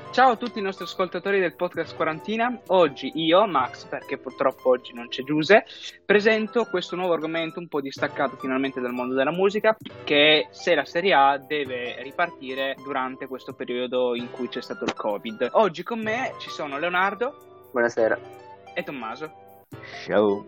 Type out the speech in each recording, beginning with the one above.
Ciao a tutti i nostri ascoltatori del podcast Quarantina. Oggi io, Max, perché purtroppo oggi non c'è Giuse, presento questo nuovo argomento un po' distaccato finalmente dal mondo della musica, che è se la Serie A deve ripartire durante questo periodo in cui c'è stato il Covid. Oggi con me ci sono Leonardo. Buonasera. E Tommaso. Ciao.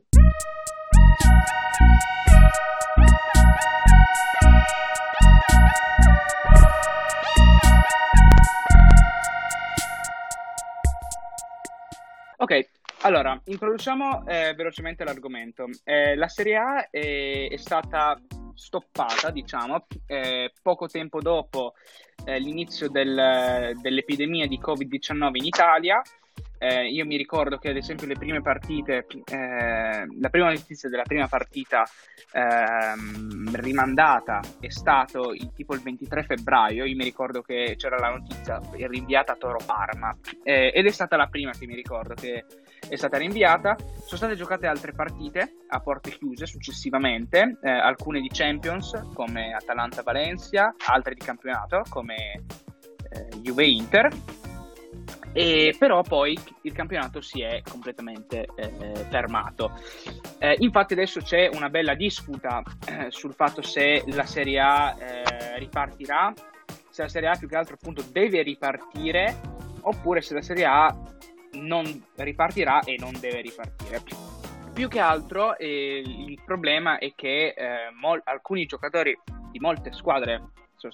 Ok, allora, introduciamo velocemente l'argomento. La Serie A è stata stoppata, diciamo, poco tempo dopo l'inizio dell'epidemia di Covid-19 in Italia. Io mi ricordo che ad esempio le prime partite, la prima notizia della prima partita rimandata è stato tipo il 23 febbraio. Io mi ricordo che c'era la notizia rinviata a Toro-Parma ed è stata la prima che mi ricordo che è stata rinviata. Sono state giocate altre partite a porte chiuse successivamente, alcune di Champions come Atalanta-Valencia, altre di campionato come Juve-Inter. Però poi il campionato si è completamente fermato. Infatti adesso c'è una bella disputa sul fatto se la Serie A ripartirà, se la Serie A più che altro appunto deve ripartire, oppure se la Serie A non ripartirà e non deve ripartire. Più che altro il problema è che alcuni giocatori di molte squadre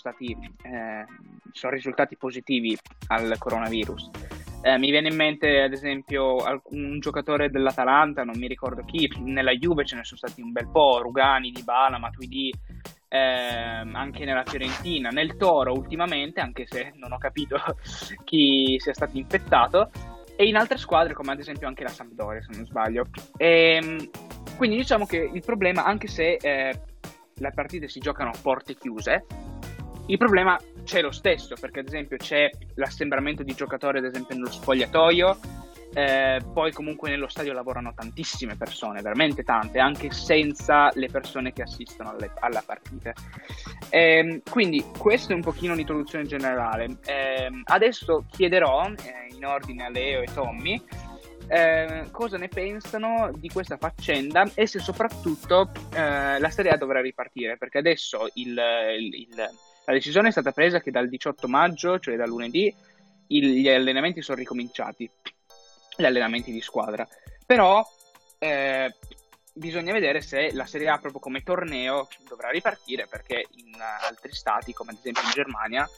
sono risultati positivi al coronavirus. Mi viene in mente ad esempio un giocatore dell'Atalanta, non mi ricordo chi, nella Juve ce ne sono stati un bel po', Rugani, Dybala, Matuidi, anche nella Fiorentina, nel Toro ultimamente, anche se non ho capito chi sia stato infettato, e in altre squadre come ad esempio anche la Sampdoria, se non sbaglio. Quindi diciamo che il problema, anche se le partite si giocano a porte chiuse, il problema c'è lo stesso, perché ad esempio c'è l'assembramento di giocatori ad esempio nello spogliatoio, poi comunque nello stadio lavorano tantissime persone, veramente tante, anche senza le persone che assistono alla partita. Quindi questa è un pochino l'introduzione generale. Adesso chiederò in ordine a Leo e Tommy cosa ne pensano di questa faccenda e se soprattutto la Serie A dovrà ripartire, perché adesso la decisione è stata presa che dal 18 maggio, cioè da lunedì, gli allenamenti sono ricominciati, gli allenamenti di squadra. Però bisogna vedere se la Serie A proprio come torneo dovrà ripartire, perché in altri stati, come ad esempio in Germania,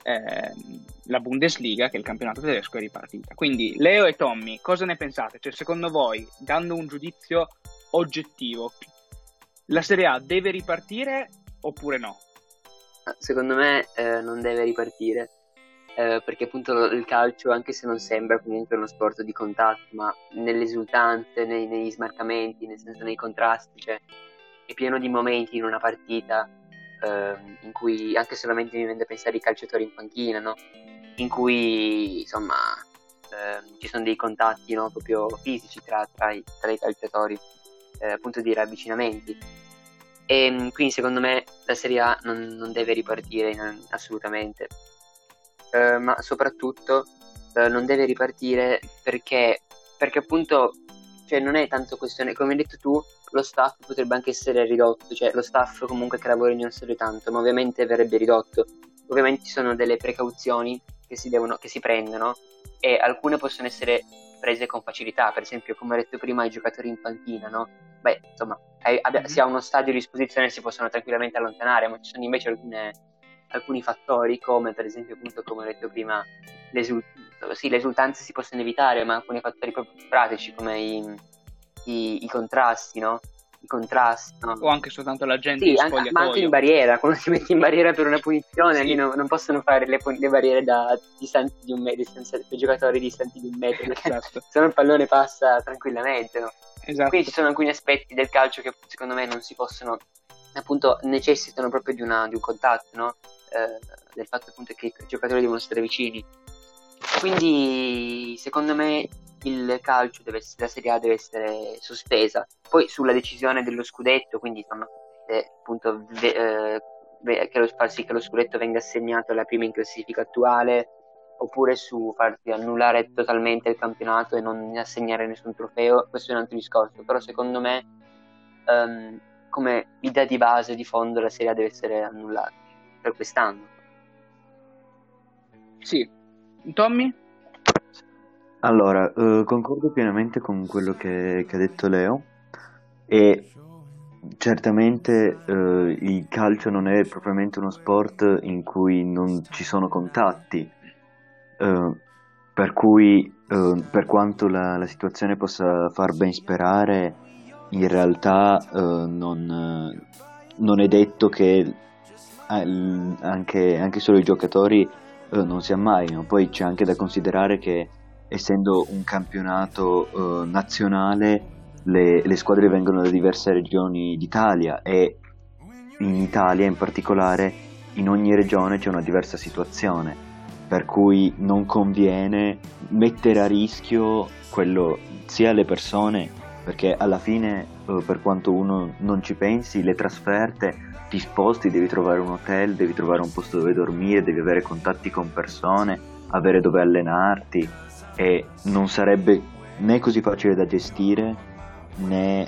la Bundesliga, che è il campionato tedesco, è ripartita. Quindi Leo e Tommy, cosa ne pensate? Cioè, secondo voi, dando un giudizio oggettivo, la Serie A deve ripartire oppure no? Secondo me non deve ripartire, perché appunto il calcio, anche se non sembra comunque uno sport di contatto, ma nelle esultanze, negli smarcamenti, nel senso nei contrasti, cioè è pieno di momenti in una partita in cui anche solamente mi viene da pensare ai calciatori in panchina, no? In cui insomma ci sono dei contatti, no? Proprio fisici tra i calciatori, appunto di ravvicinamenti. E quindi secondo me la Serie A non deve ripartire assolutamente, ma soprattutto non deve ripartire perché appunto, cioè, non è tanto questione, come hai detto tu, lo staff potrebbe anche essere ridotto, cioè lo staff comunque che lavora in Unione tanto, ma ovviamente verrebbe ridotto. Ovviamente ci sono delle precauzioni che si prendono, e alcune possono essere prese con facilità, per esempio come ho detto prima i giocatori in panchina, no? Beh, insomma, si ha uno stadio a disposizione e si possono tranquillamente allontanare, ma ci sono invece alcuni fattori, come per esempio appunto come ho detto prima le esultanze si possono evitare, ma alcuni fattori proprio pratici come i contrasti, no? I contrasti, no? O anche soltanto la gente in spogliatoio. Ma anche in barriera, quando ti metti in barriera per una punizione, sì. Lì non possono fare le barriere da distanti di un metro, i giocatori distanti di un metro, esatto. Se no il pallone passa tranquillamente, no? Esatto. Quindi ci sono alcuni aspetti del calcio che secondo me non si possono, appunto necessitano proprio di un contatto, no? Del fatto appunto che i giocatori devono stare vicini. Quindi secondo me il calcio la Serie A deve essere sospesa. Poi sulla decisione dello scudetto, quindi insomma appunto far sì che lo scudetto venga assegnato alla prima in classifica attuale, oppure su farti annullare totalmente il campionato e non assegnare nessun trofeo, questo è un altro discorso, però secondo me come idea di base, di fondo, la Serie A deve essere annullata per quest'anno. Sì. Tommy? Allora, concordo pienamente con quello che ha detto Leo e certamente il calcio non è propriamente uno sport in cui non ci sono contatti, per cui per quanto la situazione possa far ben sperare, in realtà non è detto che anche solo i giocatori non si ammaino. Poi c'è anche da considerare che essendo un campionato nazionale, le squadre vengono da diverse regioni d'Italia e in Italia in particolare in ogni regione c'è una diversa situazione, per cui non conviene mettere a rischio quello sia le persone, perché alla fine per quanto uno non ci pensi, le trasferte, ti sposti, devi trovare un hotel, devi trovare un posto dove dormire, devi avere contatti con persone, avere dove allenarti e non sarebbe né così facile da gestire né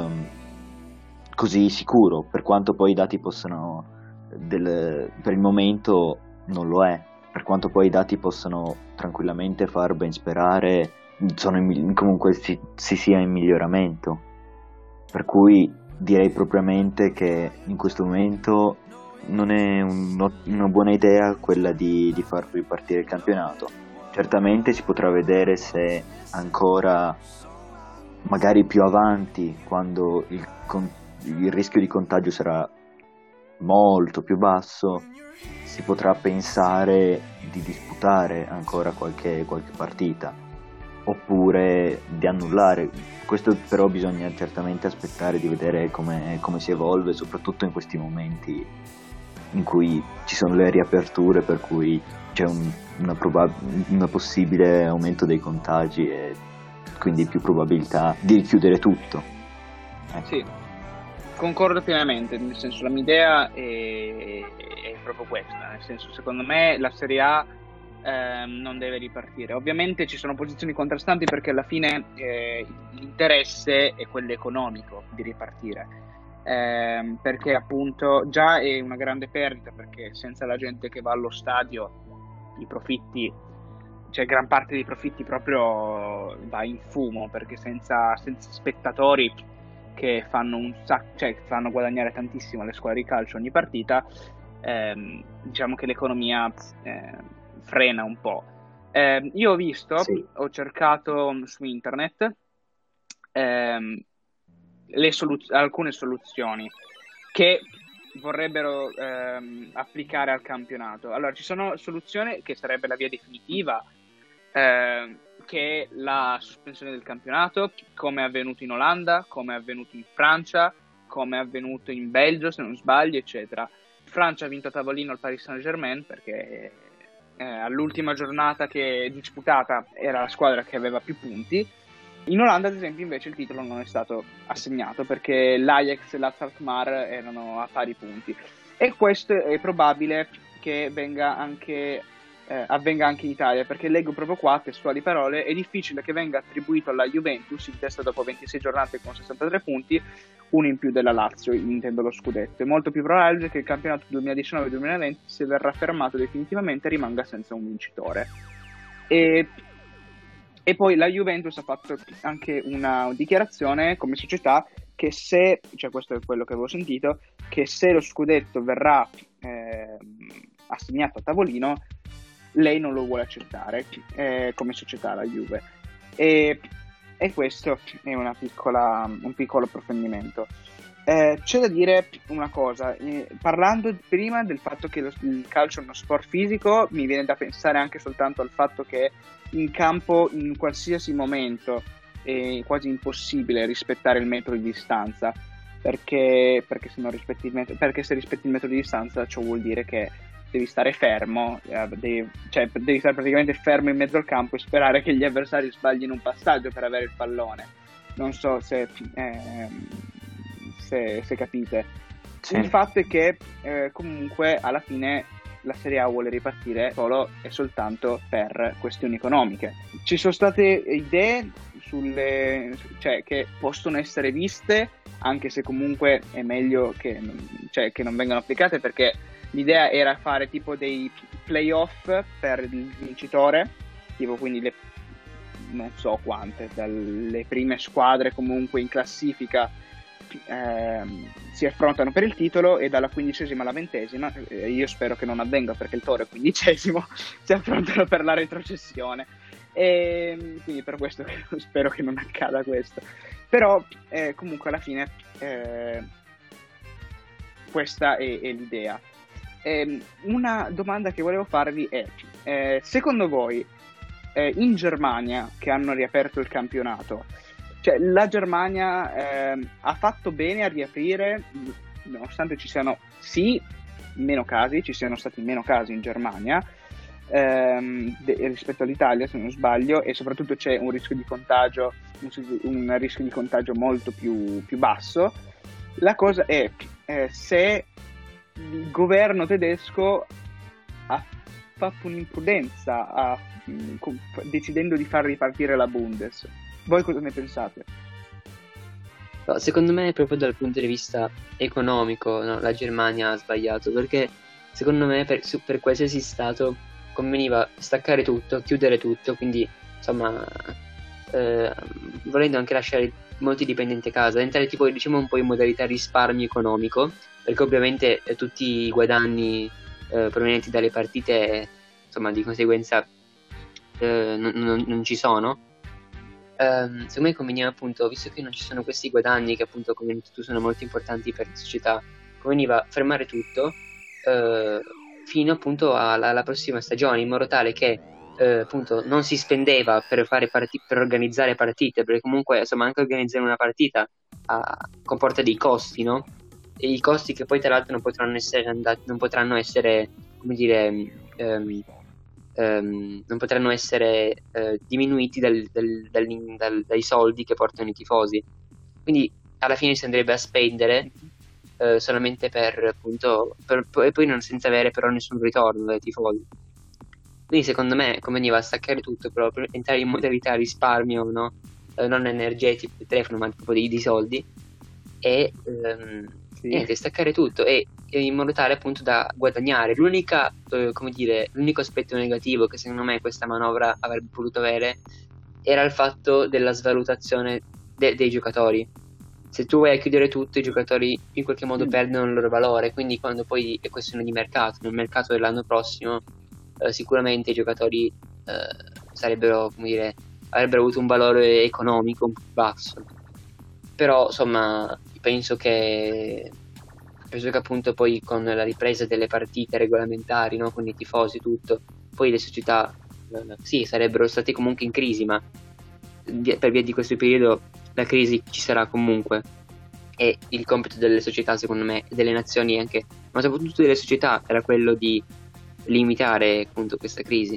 così sicuro, per quanto poi i dati possano per il momento non lo è, per quanto poi i dati possano tranquillamente far ben sperare, comunque si sia in miglioramento, per cui direi propriamente che in questo momento non è una buona idea quella di far ripartire il campionato. Certamente si potrà vedere se ancora magari più avanti, quando il rischio di contagio sarà molto più basso, si potrà pensare di disputare ancora qualche partita oppure di annullare. Questo però bisogna certamente aspettare di vedere come si evolve, soprattutto in questi momenti in cui ci sono le riaperture, per cui c'è una possibile aumento dei contagi e quindi più probabilità di richiudere tutto. Ecco. Sì, concordo pienamente, nel senso la mia idea è proprio questa, nel senso secondo me la Serie A non deve ripartire. Ovviamente ci sono posizioni contrastanti perché alla fine l'interesse è quello economico di ripartire, perché appunto già è una grande perdita, perché senza la gente che va allo stadio i profitti, cioè gran parte dei profitti proprio va in fumo, perché senza spettatori che fanno cioè fanno guadagnare tantissimo alle squadre di calcio ogni partita, diciamo che l'economia frena un po'. Io ho visto, Sì. ho cercato su internet alcune soluzioni che vorrebbero applicare al campionato. Allora, ci sono soluzioni che sarebbe la via definitiva, che è la sospensione del campionato, come è avvenuto in Olanda, come è avvenuto in Francia, come è avvenuto in Belgio, se non sbaglio, eccetera. Francia ha vinto a tavolino al Paris Saint-Germain perché all'ultima giornata che è disputata era la squadra che aveva più punti. In Olanda, ad esempio, invece il titolo non è stato assegnato perché l'Ajax e l'Alkmaar erano a pari punti, e questo è probabile che avvenga anche in Italia, perché leggo proprio qua, testuali parole: è difficile che venga attribuito alla Juventus, in testa dopo 26 giornate con 63 punti, uno in più della Lazio, intendo lo scudetto. È molto più probabile che il campionato 2019-2020, se verrà fermato definitivamente, rimanga senza un vincitore. E poi la Juventus ha fatto anche una dichiarazione come società che se, cioè questo è quello che avevo sentito, che se lo scudetto verrà assegnato a tavolino, lei non lo vuole accettare come società, la Juve. E questo è un piccolo approfondimento. C'è da dire una cosa, parlando prima del fatto che il calcio è uno sport fisico, mi viene da pensare anche soltanto al fatto che in campo in qualsiasi momento è quasi impossibile rispettare il metro di distanza, perché se se rispetti il metro di distanza, ciò vuol dire che devi stare fermo, devi stare praticamente fermo in mezzo al campo e sperare che gli avversari sbaglino un passaggio per avere il pallone. Non so se capite. Sì. Il fatto è che comunque alla fine la Serie A vuole ripartire solo e soltanto per questioni economiche. Ci sono state idee cioè, che possono essere viste, anche se comunque è meglio che non vengano applicate, perché l'idea era fare tipo dei playoff per il vincitore, tipo quindi non so quante, dalle prime squadre comunque in classifica si affrontano per il titolo, e dalla 15ª alla 20ª, io spero che non avvenga perché il Toro è 15º, si affrontano per la retrocessione, e quindi per questo spero che non accada questo, però comunque alla fine questa è l'idea. Una domanda che volevo farvi è, secondo voi in Germania, che hanno riaperto il campionato, cioè la Germania ha fatto bene a riaprire, nonostante ci siano meno casi, ci siano stati meno casi in Germania rispetto all'Italia, se non sbaglio, e soprattutto c'è un rischio di contagio molto più basso. La cosa è se il governo tedesco ha fatto un'imprudenza decidendo di far ripartire la Bundes. Voi cosa ne pensate? No, secondo me proprio dal punto di vista economico, no, la Germania ha sbagliato, perché secondo me per qualsiasi stato conveniva staccare tutto, chiudere tutto, quindi insomma volendo anche lasciare molti dipendenti a casa, entrare tipo diciamo un po' in modalità risparmio economico, perché ovviamente tutti i guadagni provenienti dalle partite insomma di conseguenza non ci sono. Secondo me conveniva appunto, visto che non ci sono questi guadagni che appunto come hai detto tu sono molto importanti per la società, conveniva fermare tutto fino appunto alla prossima stagione, in modo tale che appunto non si spendeva per fare per organizzare partite, perché comunque insomma anche organizzare una partita comporta dei costi, no? E i costi che poi tra l'altro non potranno essere come dire non potranno essere diminuiti dai soldi che portano i tifosi, quindi alla fine si andrebbe a spendere solamente per appunto e poi non senza avere però nessun ritorno dai tifosi. Quindi secondo me conveniva staccare tutto, proprio entrare in modalità risparmio, no? Non energetico, il telefono, ma proprio di soldi, e niente, staccare tutto e in modo tale appunto da guadagnare. L'unico aspetto negativo che secondo me questa manovra avrebbe potuto avere era il fatto della svalutazione dei giocatori. Se tu vai a chiudere tutto, i giocatori in qualche modo perdono il loro valore, quindi quando poi è questione di mercato, nel mercato dell'anno prossimo sicuramente i giocatori avrebbero avuto un valore economico un po' più basso. Però insomma penso che appunto poi con la ripresa delle partite regolamentari, no, con i tifosi e tutto, poi le società sì sarebbero state comunque in crisi, ma per via di questo periodo la crisi ci sarà comunque, e il compito delle società secondo me, delle nazioni anche, ma soprattutto delle società, era quello di limitare appunto questa crisi.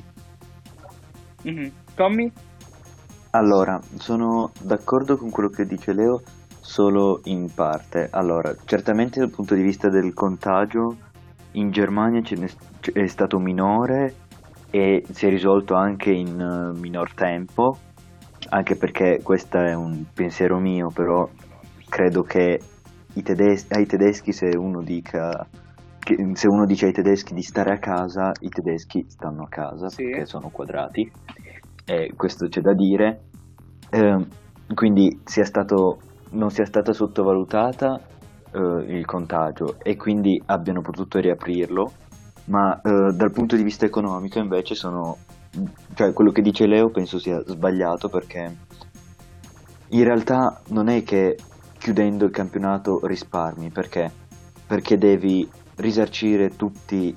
Tommy? Allora, sono d'accordo con quello che dice Leo solo in parte. Allora, certamente dal punto di vista del contagio in Germania è stato minore e si è risolto anche in minor tempo, anche perché questo è un pensiero mio, però credo che ai tedeschi se uno dice ai tedeschi di stare a casa, i tedeschi stanno a casa, sì, perché sono quadrati, e questo c'è da dire. Quindi non sia stata sottovalutata il contagio e quindi abbiano potuto riaprirlo, ma dal punto di vista economico invece quello che dice Leo penso sia sbagliato, perché in realtà non è che chiudendo il campionato risparmi, perché devi risarcire tutti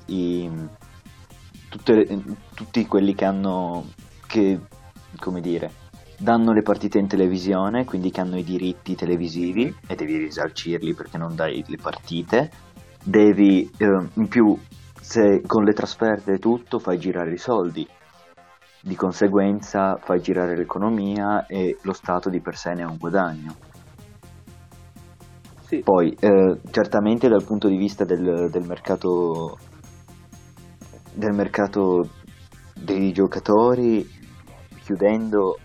quelli che come dire danno le partite in televisione, quindi che hanno i diritti televisivi, e devi risarcirli perché non dai le partite. Devi in più, se con le trasferte e tutto fai girare i soldi, di conseguenza fai girare l'economia e lo Stato di per sé ne ha un guadagno. Sì. Poi certamente dal punto di vista del mercato del mercato dei giocatori, chiudendo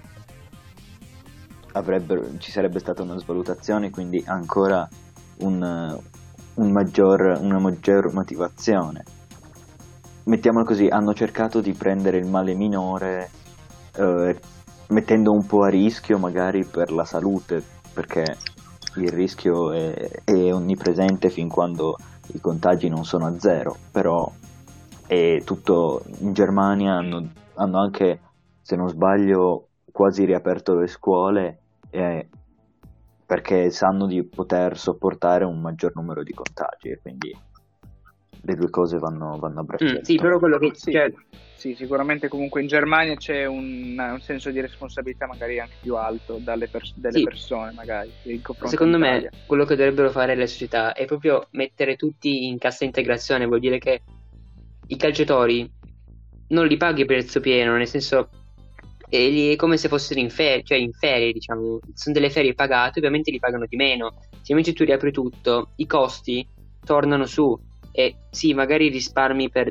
ci sarebbe stata una svalutazione, quindi ancora una maggior motivazione. Mettiamolo così, hanno cercato di prendere il male minore, mettendo un po' a rischio magari per la salute, perché il rischio è onnipresente fin quando i contagi non sono a zero, però è tutto. In Germania hanno anche, se non sbaglio, quasi riaperto le scuole, perché sanno di poter sopportare un maggior numero di contagi, e quindi le due cose vanno a braccetto. Sì, però quello che sì, sicuramente comunque in Germania c'è un senso di responsabilità magari anche più alto delle persone, magari. Secondo me quello che dovrebbero fare le società è proprio mettere tutti in cassa integrazione, vuol dire che i calciatori non li paghi prezzo pieno, nel senso è come se fossero in ferie, diciamo, sono delle ferie pagate, ovviamente li pagano di meno. Se invece tu riapri tutto, i costi tornano su, e sì, magari risparmi per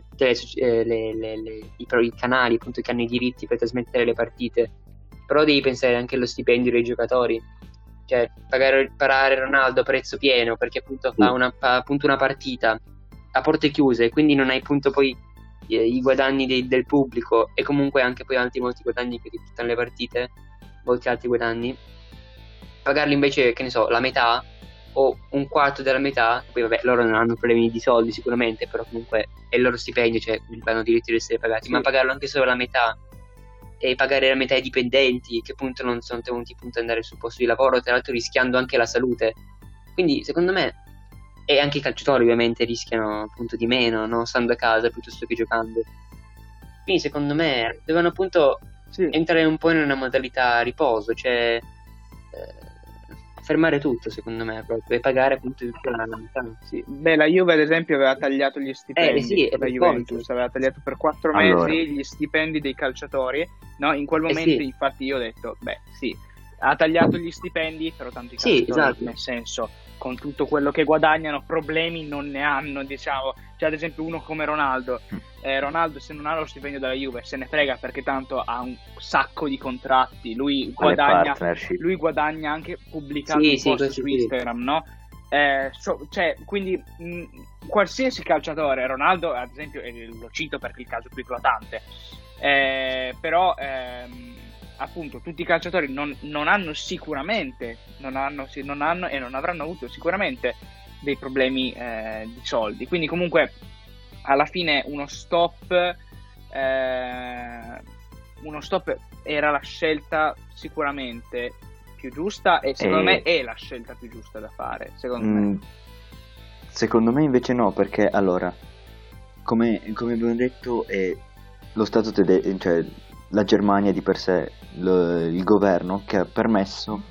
i canali appunto che hanno i diritti per trasmettere le partite, però devi pensare anche allo stipendio dei giocatori, cioè pagare Ronaldo a prezzo pieno perché appunto fa appunto una partita a porte chiuse, quindi non hai appunto poi i guadagni del pubblico, e comunque anche poi altri molti guadagni che ti portano le partite, molti altri guadagni. Pagarli invece, che ne so, la metà o un quarto della metà, poi vabbè, loro non hanno problemi di soldi sicuramente, però comunque è il loro stipendio, cioè hanno diritto di essere pagati, sì. Ma pagarlo anche solo la metà e pagare la metà ai dipendenti che appunto non sono tenuti appunto ad andare sul posto di lavoro, tra l'altro rischiando anche la salute. Quindi secondo me, e anche i calciatori ovviamente rischiano appunto di meno, no? Stando a casa piuttosto che giocando. Quindi secondo me devono appunto entrare un po' in una modalità riposo, cioè fermare tutto, secondo me, proprio, e pagare appunto tutta la metà. Sì. Beh, la Juve ad esempio aveva tagliato gli stipendi, sì, la Juventus aveva tagliato per 4 mesi gli stipendi dei calciatori, no? In quel momento infatti io ho detto, ha tagliato gli stipendi, però tanto i calciatori, esatto. Nel senso, con tutto quello che guadagnano, problemi non ne hanno, diciamo. Cioè, ad esempio, uno come Ronaldo, se non ha lo stipendio della Juve, se ne frega perché tanto ha un sacco di contratti. Lui guadagna anche pubblicando un post su Instagram, no? Quindi qualsiasi calciatore, Ronaldo ad esempio, lo cito perché è il caso più eclatante, però appunto tutti i calciatori non hanno sicuramente non hanno e non avranno avuto sicuramente dei problemi di soldi, quindi comunque alla fine uno stop era la scelta sicuramente più giusta, e secondo me è la scelta più giusta da fare, secondo me invece no, perché allora come abbiamo detto è lo Stato tedesco, cioè la Germania di per sé, il governo che ha permesso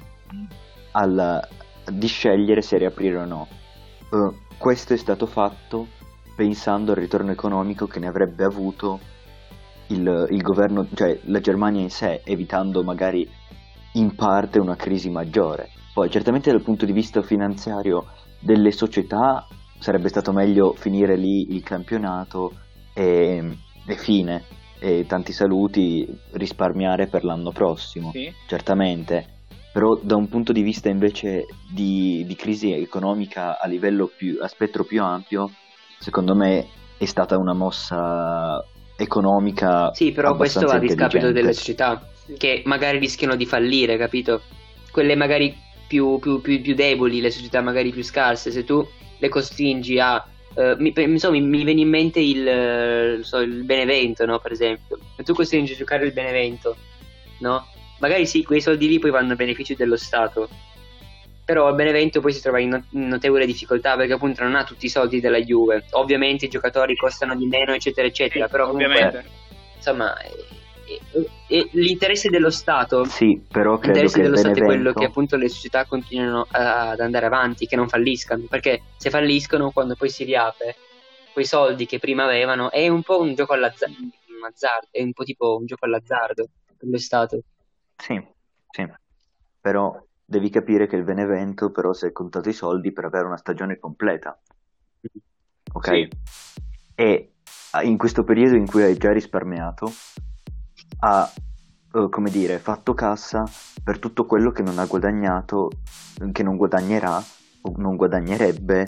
di scegliere se riaprire o no. Questo è stato fatto pensando al ritorno economico che ne avrebbe avuto il governo, cioè la Germania in sé, evitando magari in parte una crisi maggiore. Poi certamente dal punto di vista finanziario delle società sarebbe stato meglio finire lì il campionato e fine, e tanti saluti, risparmiare per l'anno prossimo, certamente, però da un punto di vista invece di crisi economica a spettro più ampio, secondo me è stata una mossa economica. Sì, però questo va a discapito delle società che magari rischiano di fallire, capito? Quelle magari più deboli, le società magari più scarse, se tu le costringi a mi viene in mente il Benevento, no? Per esempio, se tu costringi a giocare il Benevento, no? Magari sì, quei soldi lì poi vanno a beneficio dello Stato, però il Benevento poi si trova in notevole difficoltà perché appunto non ha tutti i soldi della Juve. Ovviamente i giocatori costano di meno, eccetera eccetera, però comunque insomma è l'interesse dello Stato. Sì, però credo l'interesse che dello Stato è quello che appunto le società continuino ad andare avanti, che non falliscano, perché se falliscono, quando poi si riapre, quei soldi che prima avevano, è un po' un gioco all'azzardo, è un po' tipo un gioco all'azzardo per lo Stato. Sì, però devi capire che il Benevento però si è contato i soldi per avere una stagione completa, ok? Sì. E in questo periodo in cui hai già risparmiato, ha come dire, fatto cassa per tutto quello che non ha guadagnato, che non guadagnerà o non guadagnerebbe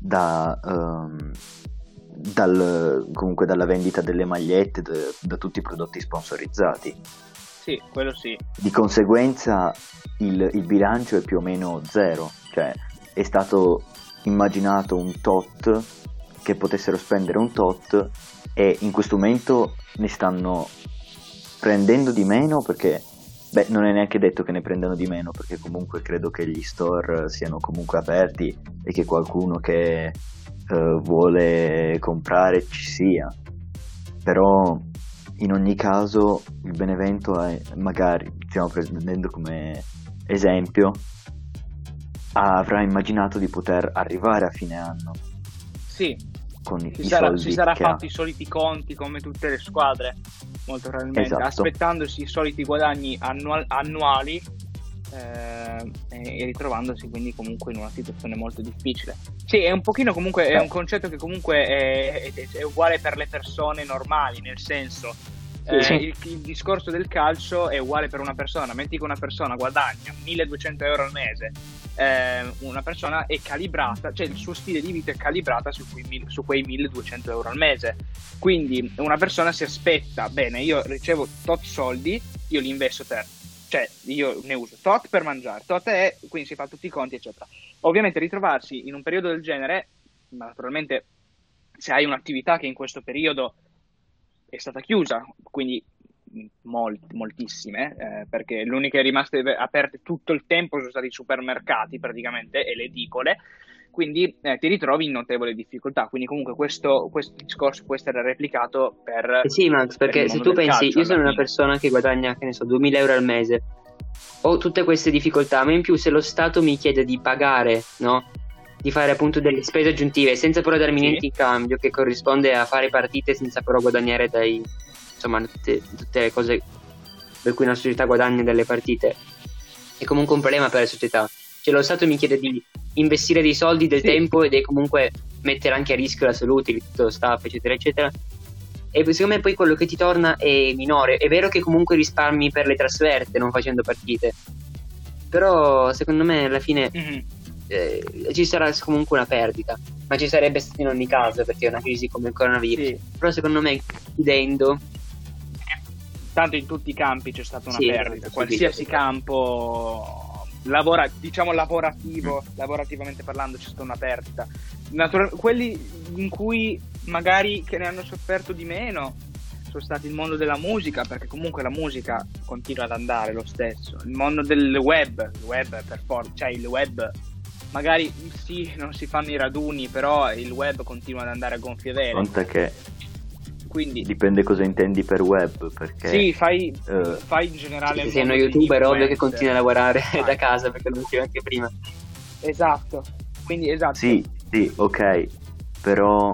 comunque dalla vendita delle magliette, da tutti i prodotti sponsorizzati. Sì, quello sì. Di conseguenza il bilancio è più o meno zero, cioè è stato immaginato un tot, che potessero spendere un tot, e in questo momento ne stanno prendendo di meno, perché non è neanche detto che ne prendano di meno, perché comunque credo che gli store siano comunque aperti e che qualcuno che vuole comprare ci sia. Però in ogni caso il Benevento magari, stiamo prendendo come esempio, avrà immaginato di poter arrivare a fine anno. Sì, con si sarà fatto i soliti conti come tutte le squadre, molto probabilmente, esatto, aspettandosi i soliti guadagni annuali e ritrovandosi quindi comunque in una situazione molto difficile. Sì, è un pochino comunque, è un concetto che comunque è uguale per le persone normali, nel senso il discorso del calcio è uguale per una persona. Metti che una persona guadagna 1.200 euro al mese, una persona è calibrata, cioè il suo stile di vita è calibrata su quei 1.200 euro al mese. Quindi una persona si aspetta, bene, io ricevo tot soldi, io li investo cioè io ne uso tot per mangiare, quindi si fa tutti i conti, eccetera. Ovviamente ritrovarsi in un periodo del genere, ma naturalmente se hai un'attività che in questo periodo è stata chiusa, quindi moltissime, perché le uniche rimaste aperte tutto il tempo sono stati i supermercati praticamente e le edicole, quindi ti ritrovi in notevole difficoltà. Quindi comunque questo discorso può essere replicato per sì, Max, perché se tu pensi, io sono una persona che guadagna, che ne so, 2.000 euro al mese, ho tutte queste difficoltà, ma in più se lo Stato mi chiede di pagare, no? Di fare appunto delle spese aggiuntive senza però darmi niente in cambio, che corrisponde a fare partite senza però guadagnare insomma tutte le cose per cui una società guadagna dalle partite, è comunque un problema per la società. Cioè lo Stato mi chiede di investire dei soldi, del tempo, ed è comunque mettere anche a rischio la salute di tutto lo staff, eccetera eccetera, e secondo me poi quello che ti torna è minore. È vero che comunque risparmi per le trasferte non facendo partite, però secondo me alla fine ci sarà comunque una perdita, ma ci sarebbe stato in ogni caso, perché è una crisi come il coronavirus. Però secondo me, chiudendo, tanto in tutti i campi c'è stata una perdita, qualsiasi campo lavorativamente parlando c'è stata una perdita. Quelli in cui magari che ne hanno sofferto di meno sono stati il mondo della musica, perché comunque la musica continua ad andare lo stesso. Il mondo del web per forza, cioè il web magari sì, non si fanno i raduni, però il web continua ad andare a gonfie vele. Conta che quindi dipende cosa intendi per web, perché sì, fai in generale. Se sei uno youtuber, ovvio che continui a lavorare da casa, perché lo dicevo anche prima. Esatto, quindi esatto. Sì, ok, però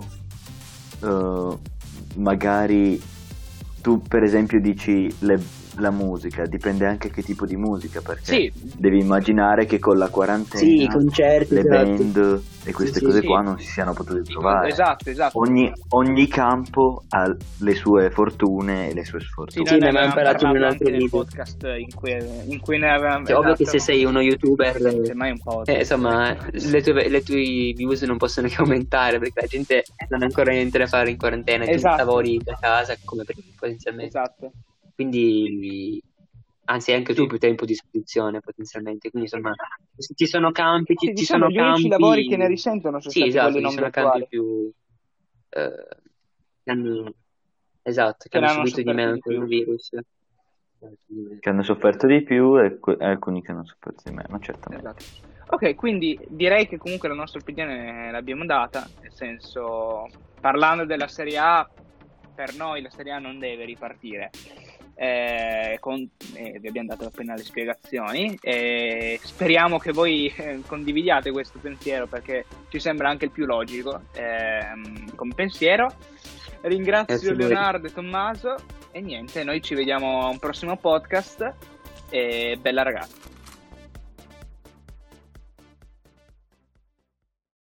magari tu per esempio dici la musica, dipende anche che tipo di musica, perché devi immaginare che con la quarantena i concerti, le band e queste cose qua non si siano potute trovare. Esatto. Ogni campo ha le sue fortune e le sue sfortune. Sì, ne abbiamo parlato in un altro video, podcast in cui ne avevamo. Cioè, ovvio che se sei uno youtuber, semmai un po'. Insomma, le tue views non possono che aumentare, perché la gente non ha ancora niente da fare in quarantena, tu lavori da casa come prima, potenzialmente. Esatto. Quindi anzi anche tu più tempo a disposizione potenzialmente, quindi insomma ci sono campi, ci sono gli campi, unici lavori che ne risentono sono stati quelli non virtuali. Campi più che hanno subito di meno il coronavirus, che hanno sofferto di più, e alcuni che hanno sofferto di meno, certamente. Esatto. Ok, quindi direi che comunque la nostra opinione l'abbiamo data, nel senso, parlando della Serie A, per noi la Serie A non deve ripartire. Vi abbiamo dato appena le spiegazioni, e speriamo che voi condividiate questo pensiero, perché ci sembra anche il più logico come pensiero. Ringrazio Leonardo e Tommaso, e niente, noi ci vediamo a un prossimo podcast, e bella ragazza.